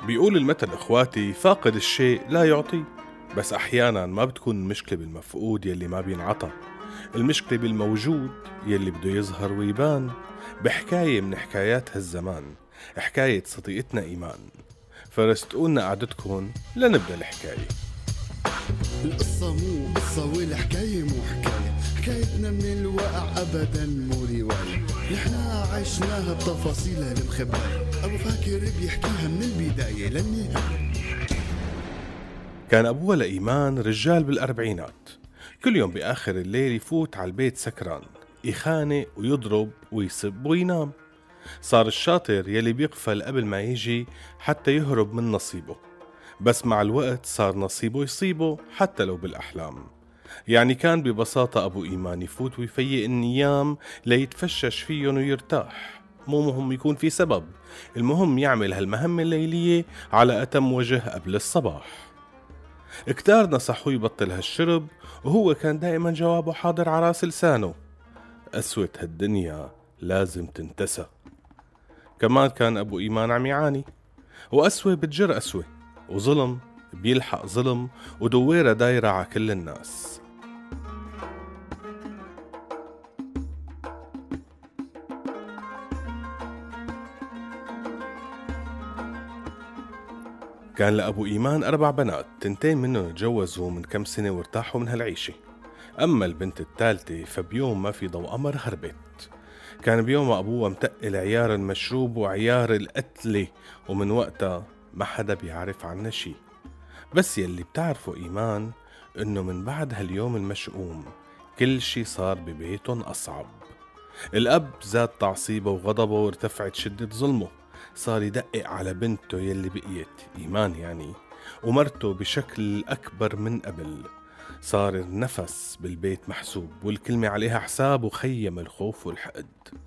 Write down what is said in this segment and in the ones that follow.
بيقول المثل إخواتي: فاقد الشيء لا يعطي. بس أحيانا ما بتكون المشكلة بالمفقود يلي ما بينعطى، المشكلة بالموجود يلي بده يظهر ويبان. بحكاية من حكايات هالزمان، حكاية صديقتنا إيمان، فرستقولنا قعدتكن لنبدأ الحكاية. القصة مو قصة والحكاية مو حكاية، حكايتنا من الواقع أبدا مو رواية، نحنا عشناها بتفاصيلها المخباية، أبو فاكر بيحكيها من البداية للنهاية. كان أبوها لإيمان رجال بالأربعينات، كل يوم بآخر الليل يفوت على البيت سكران، يخانق ويضرب ويسب وينام. صار الشاطر يلي بيقفل قبل ما يجي حتى يهرب من نصيبه، بس مع الوقت صار نصيبه يصيبه حتى لو بالأحلام. يعني كان ببساطة أبو إيمان يفوت ويفيق النيام ليتفشش فيهم ويرتاح، مو مهم يكون في سبب، المهم يعمل هالمهمة الليلية على أتم وجه قبل الصباح. كتار نصحوه يبطل هالشرب، وهو كان دائما جوابه حاضر على راس لسانه: قسوة هالدنيا لازم تنتسى. كمان كان أبو إيمان عم يعاني، وقسوة بتجر قسوة، وظلم بيلحق ظلم، ودويرة دايرة على كل الناس. كان لأبو إيمان 4 بنات، 2 منهم تجوزوا من كم سنة وارتاحوا من هالعيشة، أما البنت الثالثة فبيوم ما في ضوء قمر هربت. كان بيوم أبوها متقل عيار المشروب وعيار القتلة، ومن وقتها ما حدا بيعرف عنها شي. بس يلي بتعرفه إيمان إنه من بعد هاليوم المشؤوم كل شي صار ببيتهم أصعب. الأب زاد تعصيبه وغضبه وارتفعت شدة ظلمه، صار يدقق على بنته يلي بقيت إيمان يعني ومرته بشكل أكبر من قبل. صار النفس بالبيت محسوب والكلمة عليها حساب، وخيم الخوف والحقد.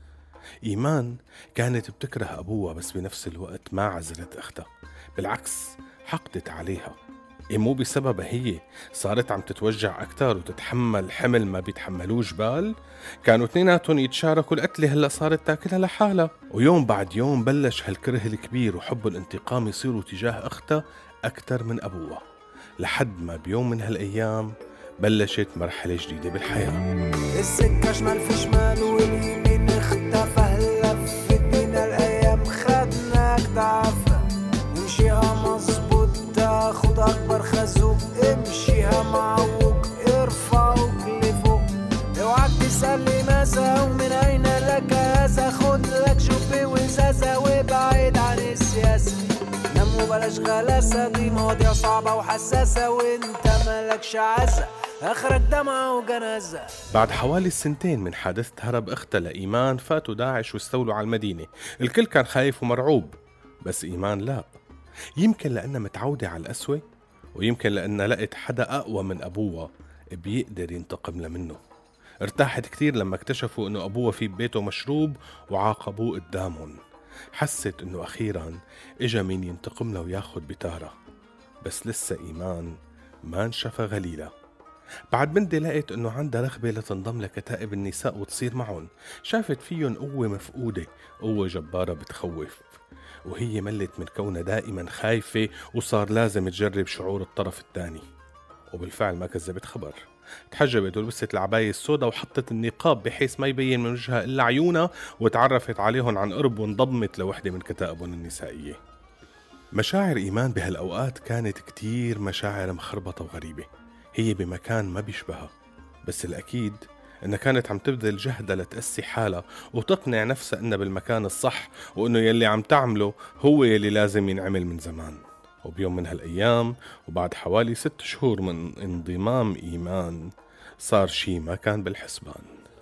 إيمان كانت بتكره أبوها، بس بنفس الوقت ما عزلت أختها، بالعكس حقدت عليها. مو بسببها هي، صارت عم تتوجع أكتر وتتحمل حمل ما بيتحملوه جبال. كانوا 2 يتشاركوا القتلة، هلأ صارت تاكلها لحالها. ويوم بعد يوم بلش هالكره الكبير وحب الانتقام يصيروا تجاه أختها أكتر من أبوها، لحد ما بيوم من هالأيام بلشت مرحلة جديدة بالحياة. السكة شمال في شمال واليمين اختفى، هلف بينا الأيام خدناك تعافى، نمشيها مظبوط تاخد أكبر خازوق، امشيها معوج ارفعوك لفوق، اوعك تسألني ماذا ومن أين لك هذا، خد لك شوفي وزازة وابعد عن السياسة، نام وبلاش غلاسة، دي مواضيع صعبة وحساسة وانت مالكش عزة، اخرك دمعة وجنازة. بعد حوالي 2 من حادثة هرب اختها لإيمان فاتوا داعش واستولوا على المدينة. الكل كان خايف ومرعوب، بس إيمان لا. يمكن لأنها متعودة على القسوة، ويمكن لأنها لقت حدا أقوى من أبوها بيقدر ينتقم لها منه. ارتاحت كتير لما اكتشفوا انه أبوها في بيته مشروب وعاقبوه قدامهم. حست انه أخيرا اجا مين ينتقم له وياخد بتارة، بس لسه إيمان ما انشفى غليلة. بعد مدة لقيت انه عندها رغبة لتنضم لكتائب النساء وتصير معهم، شافت فيهم قوة مفقودة، قوة جبارة بتخوف، وهي ملت من كونها دائما خايفة، وصار لازم تجرب شعور الطرف الثاني. وبالفعل ما كذبت خبر، تحجبت ولبست العباية السوداء وحطت النقاب بحيث ما يبين من وجهها إلا عيونها، وتعرفت عليهم عن قرب وانضمت لوحدة من كتائبهم النسائية. مشاعر إيمان بهالأوقات كانت كتير مشاعر مخربطة وغريبة، هي بمكان ما بيشبهها، بس الأكيد إنها كانت عم تبذل جهدها لتأسي حالها وتقنع نفسها إنها بالمكان الصح، وإنه يلي عم تعمله هو يلي لازم ينعمل من زمان. وبيوم من هالأيام وبعد حوالي 6 شهور من انضمام إيمان صار شي ما كان بالحسبان.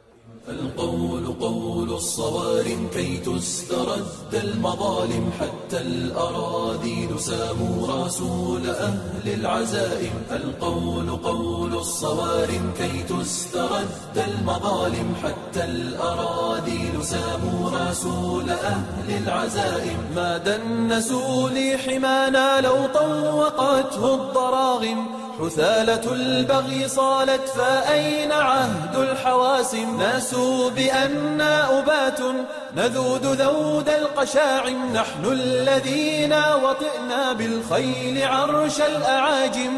القول قول الصوارم كي تسترد المظالم، حتى الأراذيل ساموا رسول أهل العزائم. القول قول الصوارم كي تسترد المظالم، حتى الأراذيل ساموا رسول أهل العزائم. ما دنسوا لي حمانا لو طوقته الضراغم، حثالة البغي صالت فأين عهد الحواسم ناسوا بأننا أبات نذود ذود القشاعم نحن الذين وطئنا بالخيل عرش الأعاجم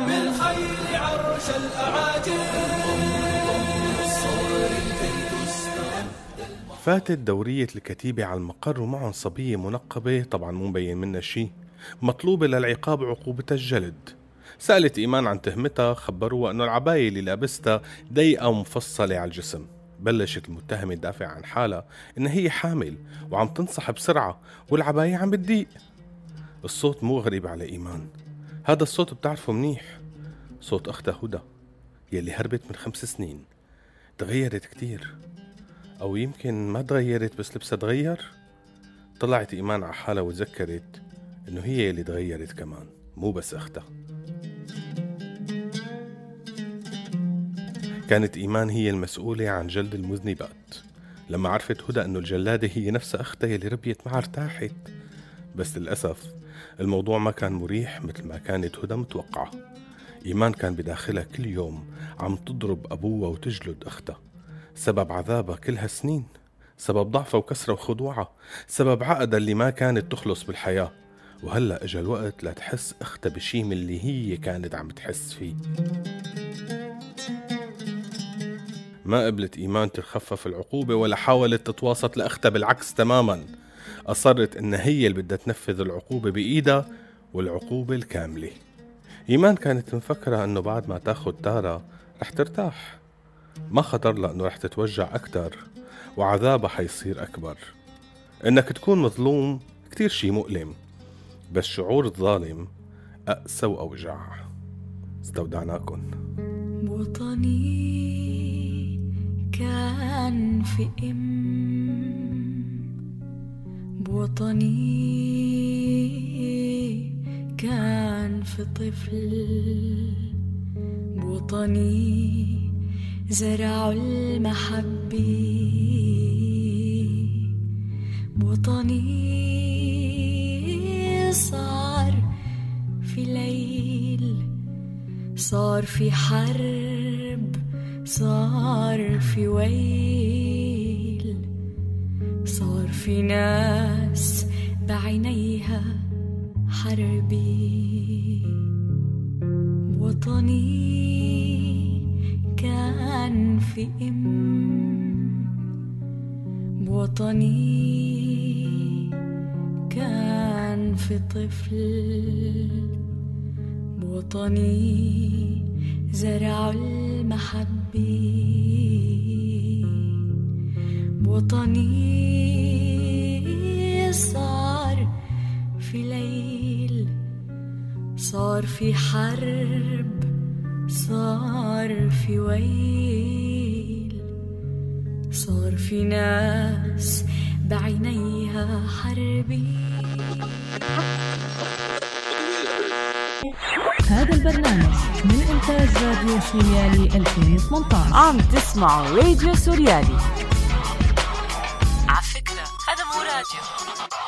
فاتت دورية الكتيبة على المقر ومعهم صبية منقبة طبعا مو مبين منها شي مطلوبة للعقاب عقوبة الجلد. سألت إيمان عن تهمتها، خبروها أنه العباية اللي لابستها ضيقة ومفصلة على الجسم. بلشت المتهمة تدافع عن حالها إن هي حامل وعم تنصح بسرعة والعباية عم بتضيق. الصوت مو غريب على إيمان، هذا الصوت بتعرفه منيح، صوت أختها هدى يلي هربت من 5 سنين. تغيرت كتير، أو يمكن ما تغيرت بس لبسها تغير. طلعت إيمان على حالها وتذكرت إنه هي اللي تغيرت كمان مو بس أختها. كانت إيمان هي المسؤولة عن جلد المذنبات. لما عرفت هدى أنه الجلادة هي نفسها أختها يلي ربيت معها ارتاحت. بس للأسف الموضوع ما كان مريح مثل ما كانت هدى متوقعة. إيمان كان بداخلها كل يوم عم تضرب أبوها وتجلد أختها، سبب عذابها كل هالسنين، سبب ضعفها وكسرها وخضوعها، سبب عقدها اللي ما كانت تخلص بالحياة. وهلأ اجى الوقت لتحس أختها بشي من اللي هي كانت عم تحس فيه. ما قبلت إيمان تخفف العقوبة ولا حاولت تتواسط لأختها، بالعكس تماما. أصرت إن هي اللي بدها تنفذ العقوبة بإيدها والعقوبة الكاملة. إيمان كانت مفكرة أنه بعد ما تاخد تارا رح ترتاح، ما خطر لها أنه رح تتوجع أكتر وعذابها حيصير أكبر. إنك تكون مظلوم كتير شي مؤلم، بس شعور الظالم أقسى وأوجع. استودعناكم. وطني كان في بوطني كان في طفل، بوطني زرع المحبة، بوطني صار في ليل، صار في حرب، صار في ويل، صار في ناس بعينيها حربي. وطني كان في بوطني كان في طفل، بوطني زرع المحبة، بوطني صار في ليل، صار في حرب، صار في ويل، صار في ناس بعينيها حربي. هذا البرنامج من إنتاج راديو سوريالي 2018. عم تسمعوا راديو سوريالي. على فكرة هذا مو راديو.